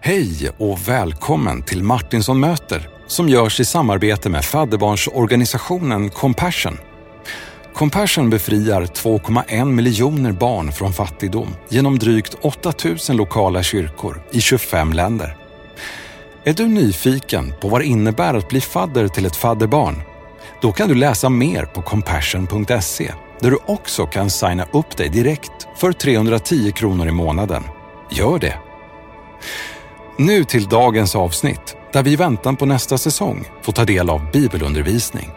Hej och välkommen till Martinsson möter som görs i samarbete med fadderbarnsorganisationen Compassion. Compassion befriar 2,1 miljoner barn från fattigdom genom drygt 8000 lokala kyrkor i 25 länder. Är du nyfiken på vad det innebär att bli fadder till ett fadderbarn? Då kan du läsa mer på compassion.se där du också kan signa upp dig direkt för 310 kronor i månaden. Gör det! Nu till dagens avsnitt där vi i väntan på nästa säsong får ta del av bibelundervisning.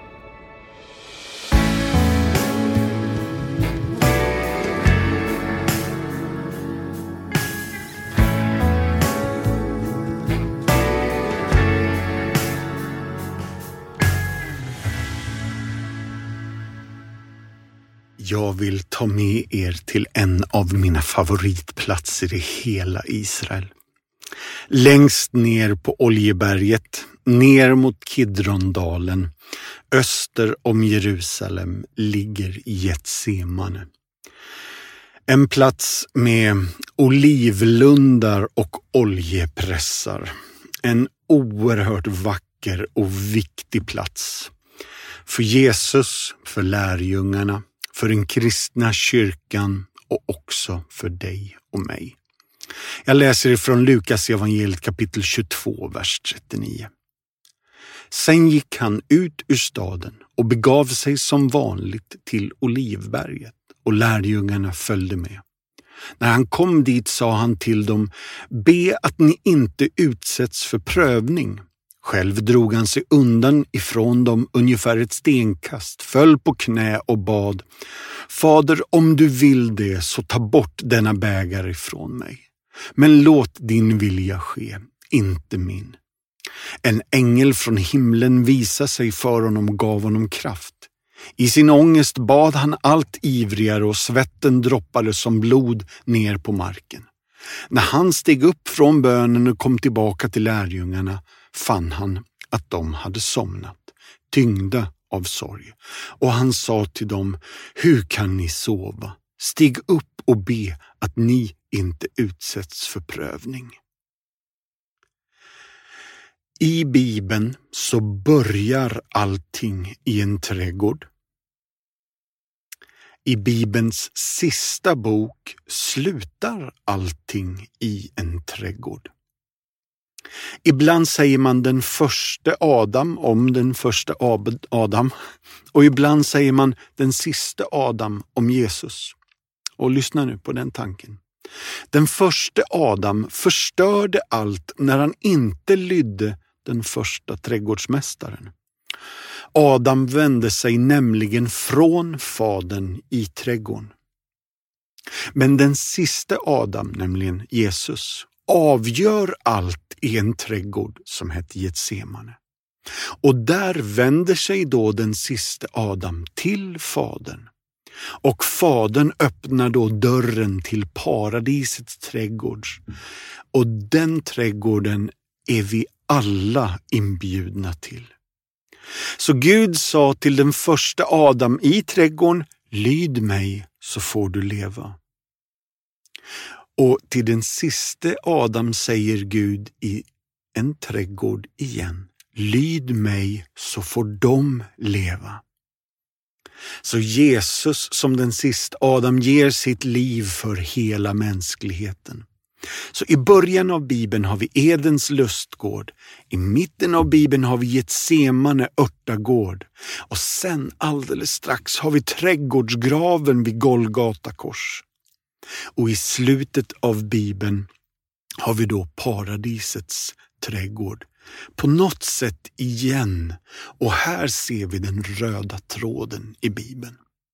Jag vill ta med er till en av mina favoritplatser i hela Israel. Längst ner på Oljeberget, ner mot Kidrondalen, öster om Jerusalem ligger Getsemane. En plats med olivlundar och oljepressar. En oerhört vacker och viktig plats. För Jesus, för lärjungarna, för den kristna kyrkan och också för dig och mig. Jag läser ifrån Lukas evangeliet kapitel 22, vers 39. Sen gick han ut ur staden och begav sig som vanligt till Olivberget och lärjungarna följde med. När han kom dit sa han till dem, be att ni inte utsätts för prövning. Själv drog han sig undan ifrån dem ungefär ett stenkast, föll på knä och bad, Fader, om du vill det så ta bort denna bägare ifrån mig. Men låt din vilja ske, inte min. En ängel från himlen visade sig för honom och gav honom kraft. I sin ångest bad han allt ivrigare och svetten droppade som blod ner på marken. När han steg upp från bönen och kom tillbaka till lärjungarna fann han att de hade somnat, tyngda av sorg. Och han sa till dem, hur kan ni sova? Stig upp och be att ni inte utsätts för prövning. I Bibeln så börjar allting i en trädgård. I Bibelns sista bok slutar allting i en trädgård. Ibland säger man den första Adam om den första Adam och ibland säger man den sista Adam om Jesus. Och lyssna nu på den tanken. Den första Adam förstörde allt när han inte lydde den första trädgårdsmästaren. Adam vände sig nämligen från fadern i trädgården. Men den sista Adam, nämligen Jesus, avgör allt i en trädgård som heter Getsemane. Och där vänder sig då den sista Adam till fadern. Och fadern öppnar då dörren till paradisets trädgård. Och den trädgården är vi alla inbjudna till. Så Gud sa till den första Adam i trädgården, lyd mig så får du leva. Och till den sista Adam säger Gud i en trädgård igen, lyd mig så får de leva. Så Jesus som den sista Adam ger sitt liv för hela mänskligheten. Så i början av Bibeln har vi Edens lustgård. I mitten av Bibeln har vi Getsemane örtagård. Och sen alldeles strax har vi trädgårdsgraven vid Golgata kors. Och i slutet av Bibeln har vi då paradisets trädgård. På något sätt igen. Och här ser vi den röda tråden i Bibeln.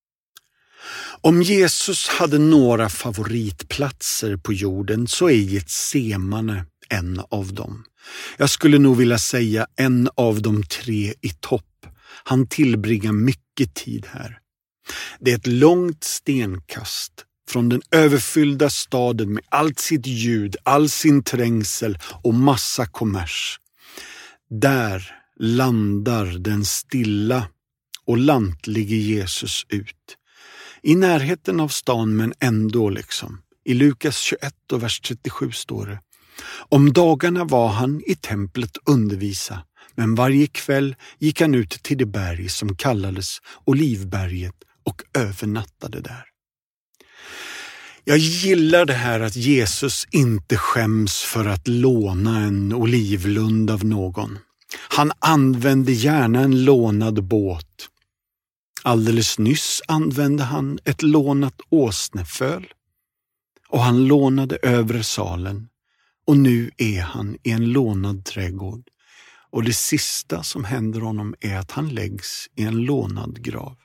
Om Jesus hade några favoritplatser på jorden så är Getsemane en av dem. Jag skulle nog vilja säga en av de 3 i topp. Han tillbringar mycket tid här. Det är ett långt stenkast från den överfyllda staden med allt sitt ljud, all sin trängsel och massa kommers. Där landar den stilla och lantlige Jesus ut. I närheten av stan men ändå liksom. I Lukas 21 och vers 37 står det. Om dagarna var han i templet undervisa, men varje kväll gick han ut till det berg som kallades Olivberget och övernattade där. Jag gillar det här att Jesus inte skäms för att låna en olivlund av någon. Han använde gärna en lånad båt. Alldeles nyss använde han ett lånat åsneföl och han lånade övre salen och nu är han i en lånad trädgård och det sista som händer honom är att han läggs i en lånad grav.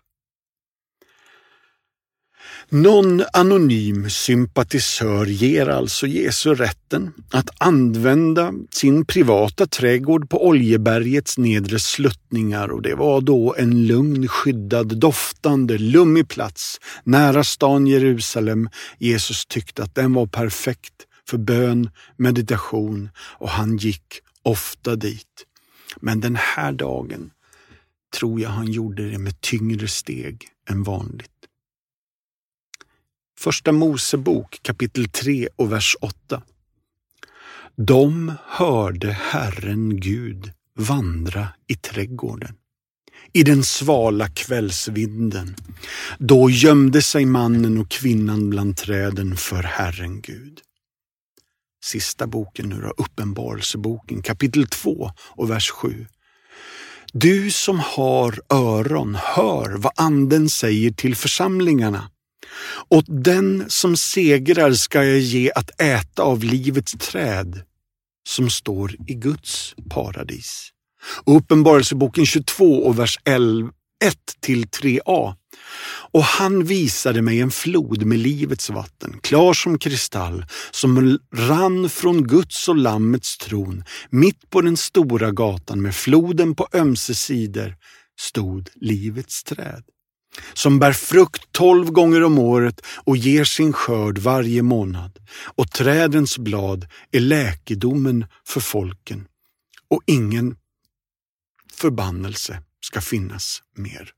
Någon anonym sympatisör ger alltså Jesu rätten att använda sin privata trädgård på Oljebergets nedre sluttningar och det var då en lugn, skyddad, doftande, lummig plats nära stan Jerusalem. Jesus tyckte att den var perfekt för bön, meditation och han gick ofta dit. Men den här dagen tror jag han gjorde det med tyngre steg än vanligt. Första Mosebok kapitel 3 och vers 8. De hörde Herren Gud vandra i trädgården, i den svala kvällsvinden. Då gömde sig mannen och kvinnan bland träden för Herren Gud. Sista boken nu då, Uppenbarelseboken kapitel 2 och vers 7. Du som har öron, hör vad anden säger till församlingarna. Åt den som segrar ska jag ge att äta av livets träd som står i Guds paradis. Och Uppenbarelseboken 22 och vers 1-3a. Och han visade mig en flod med livets vatten, klar som kristall, som rann från Guds och Lammets tron. Mitt på den stora gatan med floden på ömse sidor stod livets träd, som bär frukt 12 gånger om året och ger sin skörd varje månad. Och trädens blad är läkedomen för folken. Och ingen förbannelse ska finnas mer.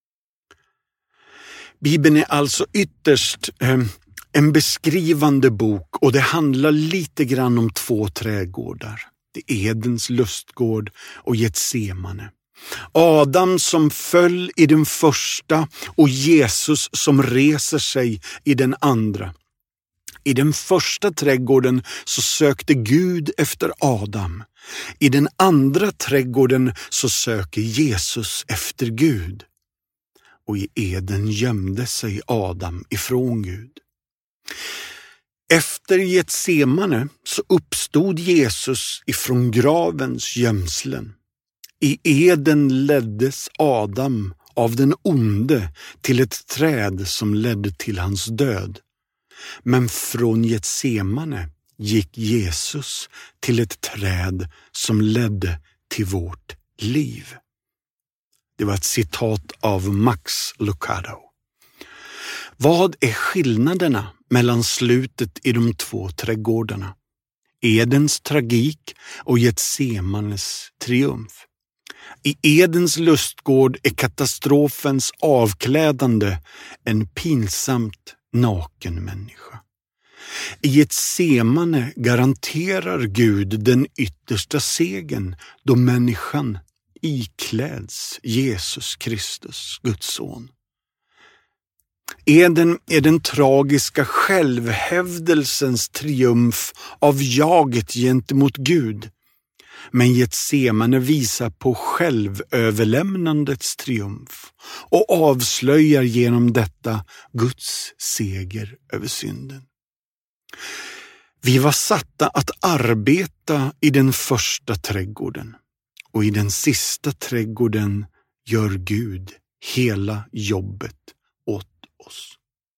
Bibeln är alltså ytterst en beskrivande bok och det handlar lite grann om 2 trädgårdar. Det är Edens lustgård och Getsemane. Adam som föll i den första och Jesus som reser sig i den andra. I den första trädgården så sökte Gud efter Adam. I den andra trädgården så söker Jesus efter Gud. Och i Eden gömde sig Adam ifrån Gud. Efter Getsemane så uppstod Jesus ifrån gravens gömslen. I Eden leddes Adam av den onde till ett träd som ledde till hans död. Men från Getsemane gick Jesus till ett träd som ledde till vårt liv. Det var ett citat av Max Lucado. Vad är skillnaderna mellan slutet i de 2 trädgårdarna? Edens tragik och Getsemanes triumf. I Edens lustgård är katastrofens avklädande en pinsamt naken människa. I Getsemane garanterar Gud den yttersta segern då människan ikläds Jesus Kristus, Guds son. Eden är den tragiska självhävdelsens triumf av jaget gentemot Gud. Men Getsemane visar på självöverlämnandets triumf och avslöjar genom detta Guds seger över synden. Vi var satta att arbeta i den första trädgården och i den sista trädgården gör Gud hela jobbet åt oss.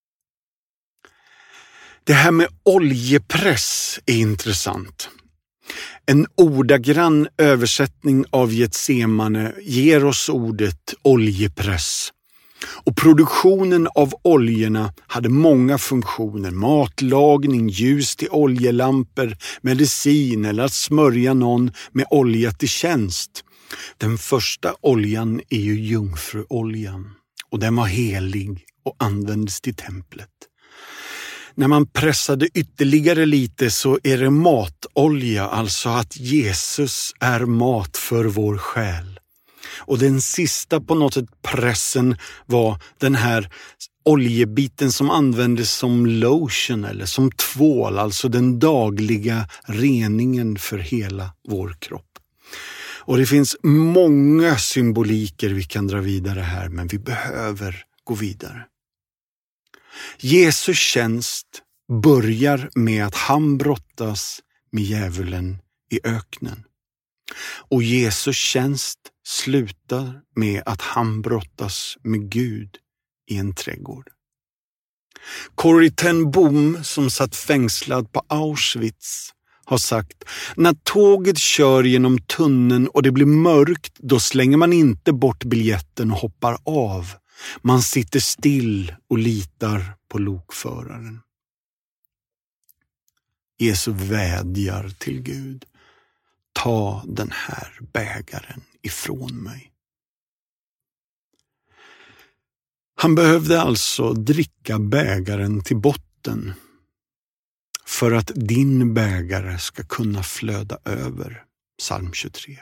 Det här med oljepress är intressant. En ordagrann översättning av Getsemane ger oss ordet oljepress. Och produktionen av oljorna hade många funktioner. Matlagning, ljus till oljelampor, medicin eller att smörja någon med olja till tjänst. Den första oljan är ju jungfruoljan och den var helig och användes till templet. När man pressade ytterligare lite så är det matolja, alltså att Jesus är mat för vår själ. Och den sista på något sätt pressen var den här oljebiten som användes som lotion eller som tvål, alltså den dagliga reningen för hela vår kropp. Och det finns många symboliker vi kan dra vidare här, men vi behöver gå vidare. Jesus tjänst börjar med att han brottas med djävulen i öknen. Och Jesus tjänst slutar med att han brottas med Gud i en trädgård. Corrie ten Boom, som satt fängslad på Auschwitz, har sagt: när tåget kör genom tunneln och det blir mörkt, då slänger man inte bort biljetten och hoppar av. Man sitter still och litar på lokföraren. Jesus vädjar till Gud: ta den här bägaren ifrån mig. Han behövde alltså dricka bägaren till botten för att din bägare ska kunna flöda över. Psalm 23.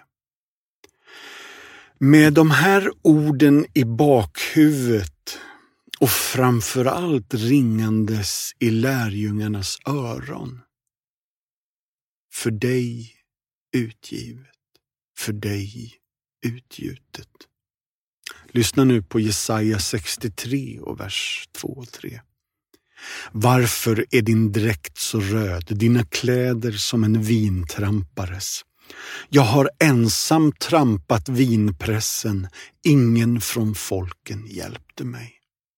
Med de här orden i bakhuvudet och framförallt ringandes i lärjungarnas öron: för dig utgivet, för dig utgjutet. Lyssna nu på Jesaja 63 och vers 2 och 3. Varför är din dräkt så röd, dina kläder som en vintrampares? Jag har ensam trampat vinpressen, ingen från folken hjälpte mig.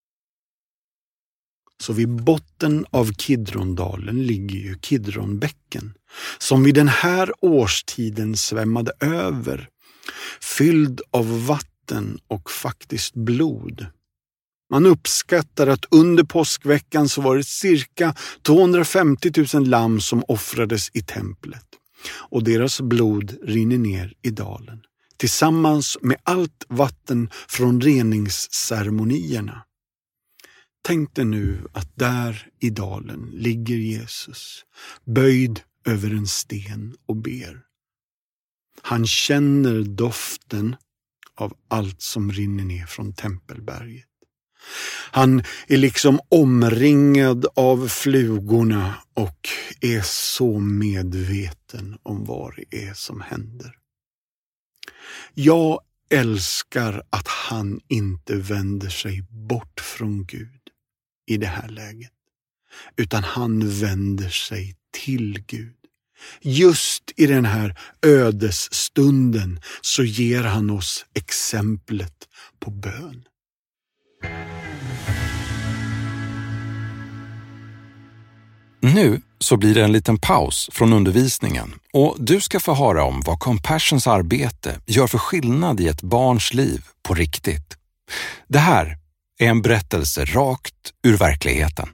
Så vid botten av Kidrondalen ligger ju Kidronbäcken, som vid den här årstiden svämmade över, fylld av vatten och faktiskt blod. Man uppskattar att under påskveckan så var det cirka 250 000 lamm som offrades i templet. Och deras blod rinner ner i dalen, tillsammans med allt vatten från reningsceremonierna. Tänk dig nu att där i dalen ligger Jesus, böjd över en sten och ber. Han känner doften av allt som rinner ner från tempelberget. Han är liksom omringad av flugorna och är så medveten om vad det är som händer. Jag älskar att han inte vänder sig bort från Gud i det här läget, utan han vänder sig till Gud. Just i den här ödesstunden så ger han oss exemplet på bön. Nu så blir det en liten paus från undervisningen och du ska få höra om vad Compassions arbete gör för skillnad i ett barns liv på riktigt. Det här är en berättelse rakt ur verkligheten.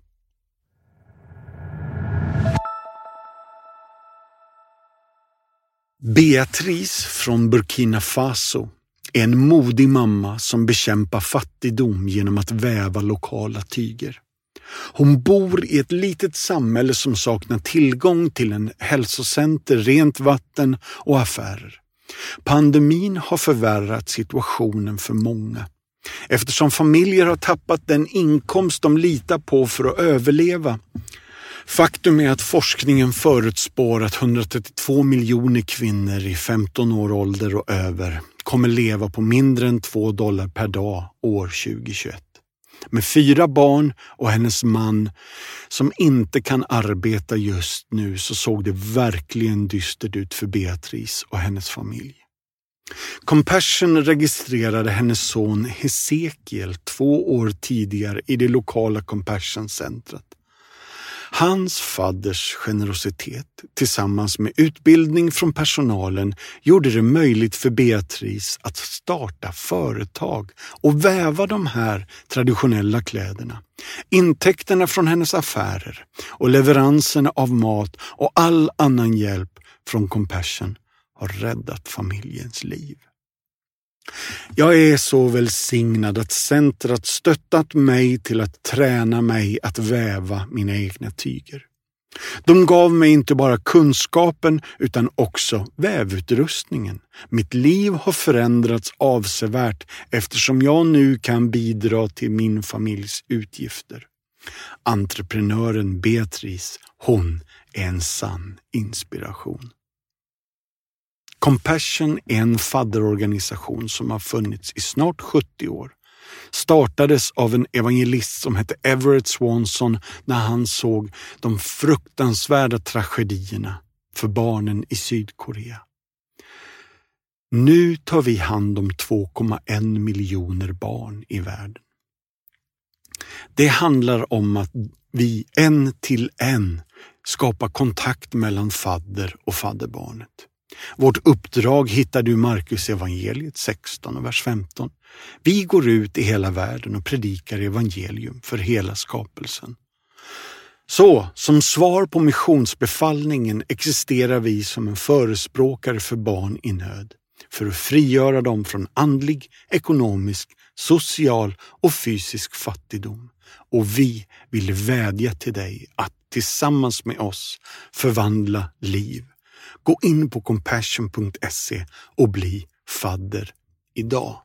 Beatrice från Burkina Faso är en modig mamma som bekämpar fattigdom genom att väva lokala tyger. Hon bor i ett litet samhälle som saknar tillgång till en hälsocenter, rent vatten och affärer. Pandemin har förvärrat situationen för många, eftersom familjer har tappat den inkomst de litar på för att överleva. Faktum är att forskningen förutspår att 132 miljoner kvinnor i 15 år ålder och över kommer leva på mindre än $2 per dag år 2021. Med 4 barn och hennes man som inte kan arbeta just nu så såg det verkligen dystert ut för Beatrice och hennes familj. Compassion registrerade hennes son Hesekiel 2 år tidigare i det lokala Compassion-centret. Hans fadders generositet tillsammans med utbildning från personalen gjorde det möjligt för Beatrice att starta företag och väva de här traditionella kläderna. Intäkterna från hennes affärer och leveranserna av mat och all annan hjälp från Compassion har räddat familjens liv. Jag är så välsignad att centret stöttat mig till att träna mig att väva mina egna tyger. De gav mig inte bara kunskapen utan också vävutrustningen. Mitt liv har förändrats avsevärt eftersom jag nu kan bidra till min familjs utgifter. Entreprenören Beatrice, hon är en sann inspiration. Compassion är en fadderorganisation som har funnits i snart 70 år. Startades av en evangelist som hette Everett Swanson när han såg de fruktansvärda tragedierna för barnen i Sydkorea. Nu tar vi hand om 2,1 miljoner barn i världen. Det handlar om att vi en till en skapar kontakt mellan fadder och fadderbarnet. Vårt uppdrag hittar du i Markus evangeliet 16 och vers 15. Vi går ut i hela världen och predikar evangelium för hela skapelsen. Så, som svar på missionsbefallningen existerar vi som en förespråkare för barn i nöd, för att frigöra dem från andlig, ekonomisk, social och fysisk fattigdom. Och vi vill vädja till dig att tillsammans med oss förvandla liv. Gå in på compassion.se och bli fadder idag.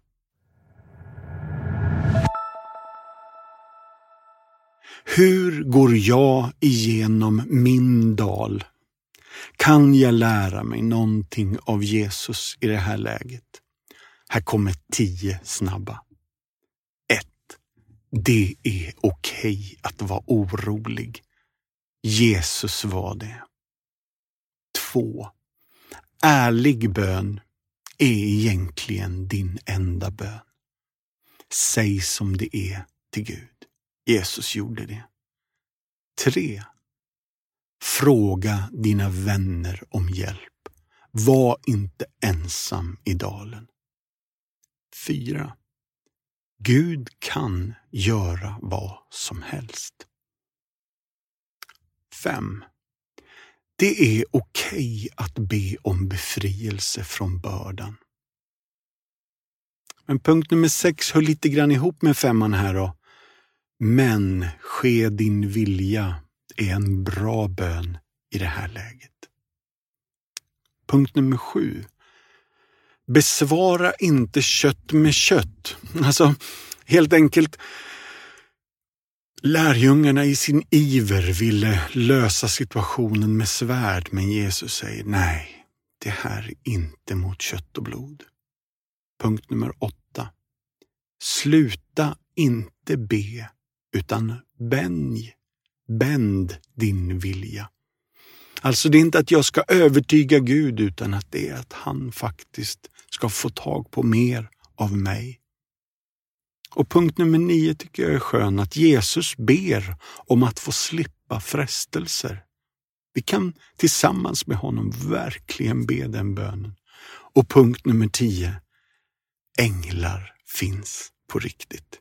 Hur går jag igenom min dal? Kan jag lära mig någonting av Jesus i det här läget? Här kommer 10 snabba. 1. Det är okej att vara orolig. Jesus var det. 2. Ärlig bön är egentligen din enda bön. Säg som det är till Gud. Jesus gjorde det. 3. Fråga dina vänner om hjälp. Var inte ensam i dalen. 4. Gud kan göra vad som helst. 5. Det är okej att be om befrielse från bördan. Men punkt nummer 6 hör lite grann ihop med 5 här då. Men ske din vilja är en bra bön i det här läget. Punkt nummer 7. Besvara inte kött med kött. Alltså helt enkelt, lärjungarna i sin iver ville lösa situationen med svärd, men Jesus säger nej, det här är inte mot kött och blod. Punkt nummer 8. Sluta inte be, utan bänd din vilja. Alltså det är inte att jag ska övertyga Gud, utan att det är att han faktiskt ska få tag på mer av mig. Och punkt nummer 9 tycker jag är skön, att Jesus ber om att få slippa frestelser. Vi kan tillsammans med honom verkligen be den bönen. Och punkt nummer 10. Änglar finns på riktigt.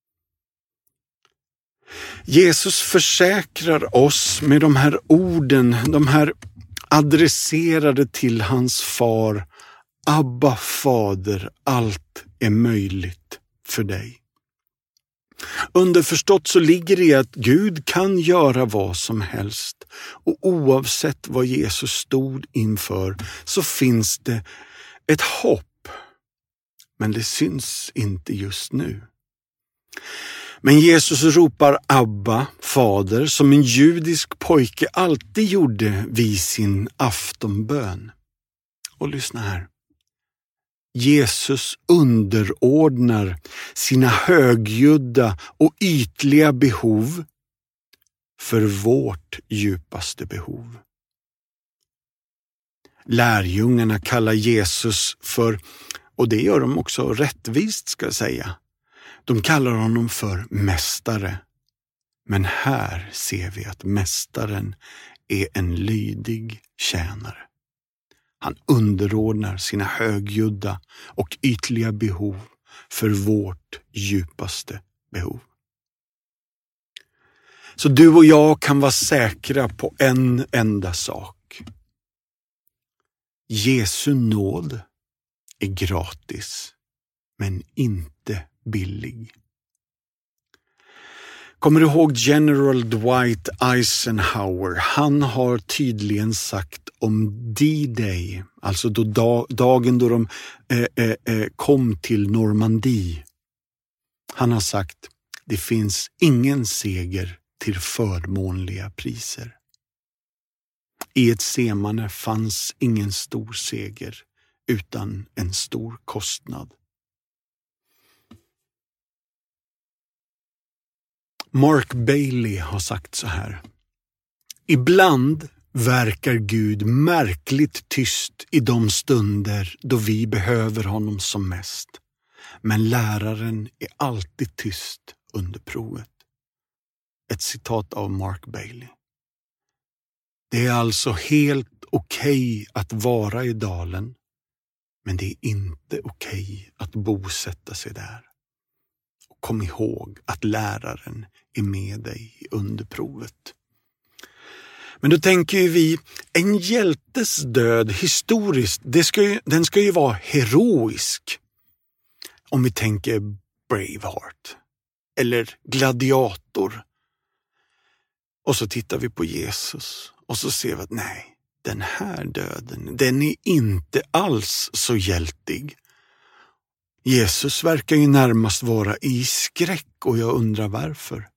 Jesus försäkrar oss med de här orden, de här adresserade till hans far. Abba fader, allt är möjligt för dig. Underförstått så ligger det i att Gud kan göra vad som helst, och oavsett vad Jesus stod inför så finns det ett hopp, men det syns inte just nu. Men Jesus ropar Abba, fader, som en judisk pojke alltid gjorde vid sin aftonbön. Och lyssna här. Jesus underordnar sina högljudda och ytliga behov för vårt djupaste behov. Lärjungarna kallar Jesus för, och det gör de också rättvist ska jag säga, de kallar honom för mästare. Men här ser vi att mästaren är en lydig tjänare. Han underordnar sina högljudda och ytliga behov för vårt djupaste behov. Så du och jag kan vara säkra på en enda sak. Jesu nåd är gratis men inte billig. Kommer du ihåg General Dwight Eisenhower? Han har tydligen sagt om D-Day, alltså dagen då de kom till Normandie. Han har sagt, det finns ingen seger till förmånliga priser. I Getsemane fanns ingen stor seger utan en stor kostnad. Mark Bailey har sagt så här. Ibland verkar Gud märkligt tyst i de stunder då vi behöver honom som mest. Men läraren är alltid tyst under provet. Ett citat av Mark Bailey. Det är alltså helt okej att vara i dalen, men det är inte okej att bosätta sig där. Och kom ihåg att läraren är med dig under provet. Men då tänker ju vi, en hjältes död historiskt, den ska ju vara heroisk. Om vi tänker Braveheart eller Gladiator. Och så tittar vi på Jesus och så ser vi att nej, den här döden, den är inte alls så hjältig. Jesus verkar ju närmast vara i skräck och jag undrar varför.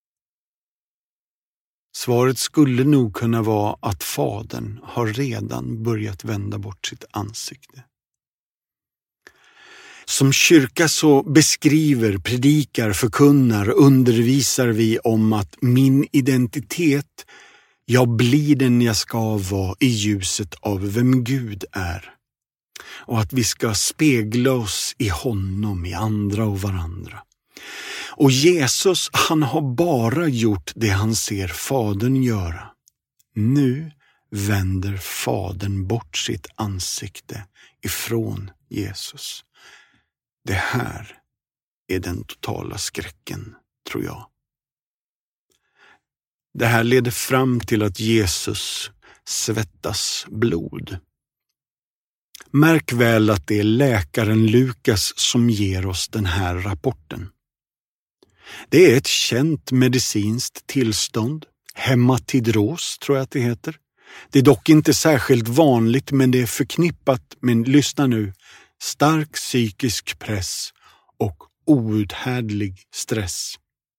Svaret skulle nog kunna vara att Fadern har redan börjat vända bort sitt ansikte. Som kyrka så beskriver, predikar, förkunnar och undervisar vi om att min identitet, jag blir den jag ska vara i ljuset av vem Gud är. Och att vi ska spegla oss i honom, i andra och varandra. Och Jesus, han har bara gjort det han ser Fadern göra. Nu vänder Fadern bort sitt ansikte ifrån Jesus. Det här är den totala skräcken, tror jag. Det här leder fram till att Jesus svettas blod. Märk väl att det är läkaren Lukas som ger oss den här rapporten. Det är ett känt medicinskt tillstånd, hematidros tror jag att det heter. Det är dock inte särskilt vanligt, men det är förknippat med, lyssna nu, stark psykisk press och outhärdlig stress.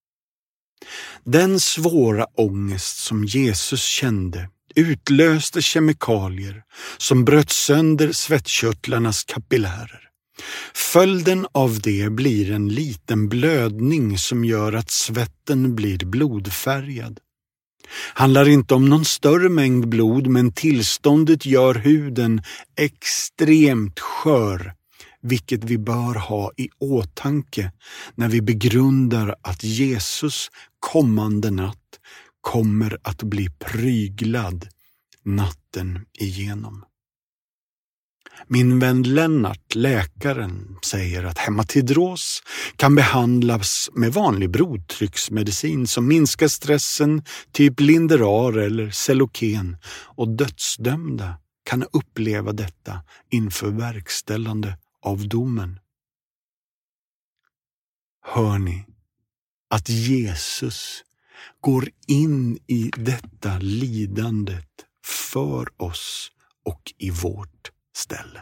Den svåra ångest som Jesus kände utlöste kemikalier som bröt sönder svettkörtlarnas kapillärer. Följden av det blir en liten blödning som gör att svetten blir blodfärgad. Handlar inte om någon större mängd blod, men tillståndet gör huden extremt skör, vilket vi bör ha i åtanke när vi begrundar att Jesus kommande natt kommer att bli pryglad natten igenom. Min vän Lennart, läkaren, säger att hematidros kan behandlas med vanlig blodtrycksmedicin som minskar stressen, typ Linderar eller Celoken, och dödsdömda kan uppleva detta inför verkställande av domen. Hör ni att Jesus går in i detta lidandet för oss och i vårt ställe.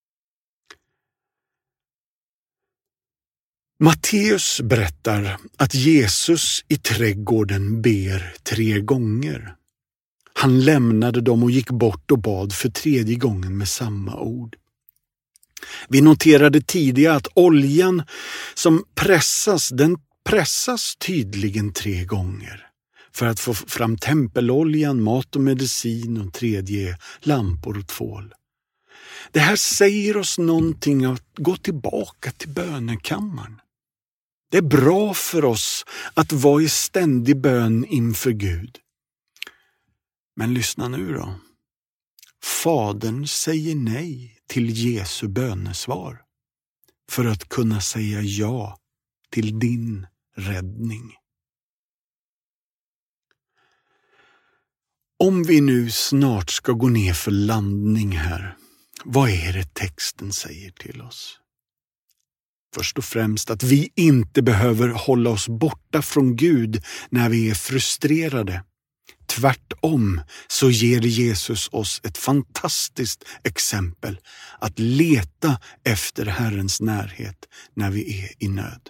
Matteus berättar att Jesus i trädgården ber 3 gånger. Han lämnade dem och gick bort och bad för 3:e gången med samma ord. Vi noterade tidigare att oljan som den pressas tydligen 3 gånger för att få fram tempeloljan, mat och medicin, och 3:e lampor och tvål. Det här säger oss någonting att gå tillbaka till bönekammaren. Det är bra för oss att vara i ständig bön inför Gud. Men lyssna nu då. Fadern säger nej till Jesu bönesvar för att kunna säga ja till din räddning. Om vi nu snart ska gå ner för landning här, vad är det texten säger till oss? Först och främst att vi inte behöver hålla oss borta från Gud när vi är frustrerade. Tvärtom så ger Jesus oss ett fantastiskt exempel att leta efter Herrens närhet när vi är i nöd.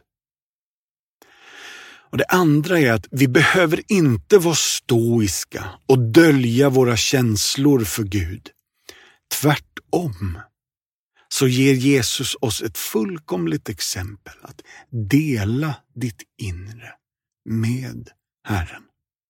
Och det andra är att vi behöver inte vara stoiska och dölja våra känslor för Gud. Tvärtom så ger Jesus oss ett fullkomligt exempel att dela ditt inre med Herren.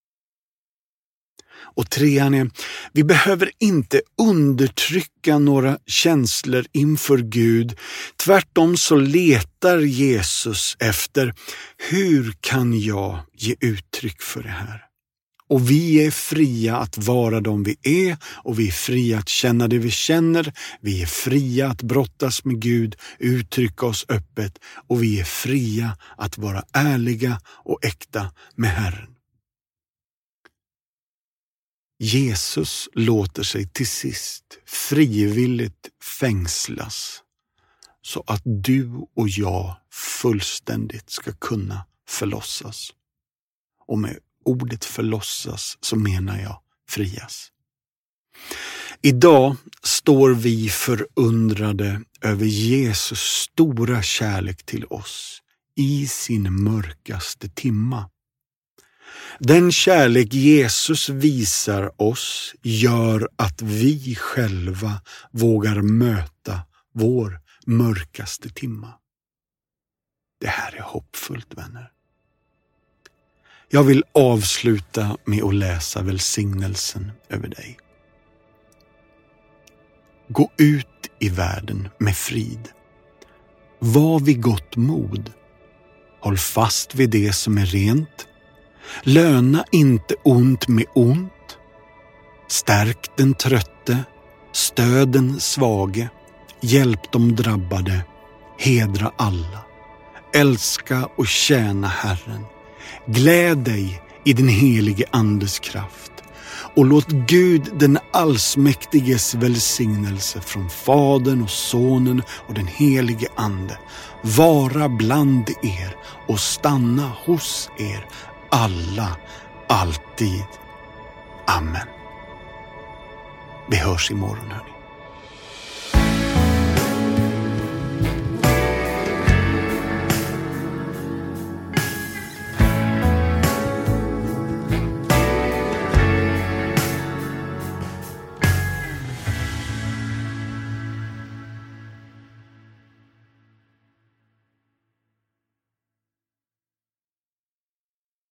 Och trean är, vi behöver inte undertrycka några känslor inför Gud. Tvärtom så letar Jesus efter, hur kan jag ge uttryck för det här? Och vi är fria att vara de vi är, och vi är fria att känna det vi känner. Vi är fria att brottas med Gud, uttrycka oss öppet, och vi är fria att vara ärliga och äkta med Herren. Jesus låter sig till sist frivilligt fängslas så att du och jag fullständigt ska kunna förlossas. Och med ordet förlossas så menar jag frias. Idag står vi förundrade över Jesus stora kärlek till oss i sin mörkaste timma. Den kärlek Jesus visar oss gör att vi själva vågar möta vår mörkaste timma. Det här är hoppfullt, vänner. Jag vill avsluta med att läsa välsignelsen över dig. Gå ut i världen med frid. Var vid gott mod. Håll fast vid det som är rent. Löna inte ont med ont. Stärk den trötte. Stöd den svage. Hjälp de drabbade. Hedra alla. Älska och tjäna Herren. Gläd dig i den helige Andes kraft. Och låt Gud den allsmäktiges välsignelse från Fadern och Sonen och den helige Ande vara bland er och stanna hos er alla, alltid. Amen. Vi hörs imorgon, hörni.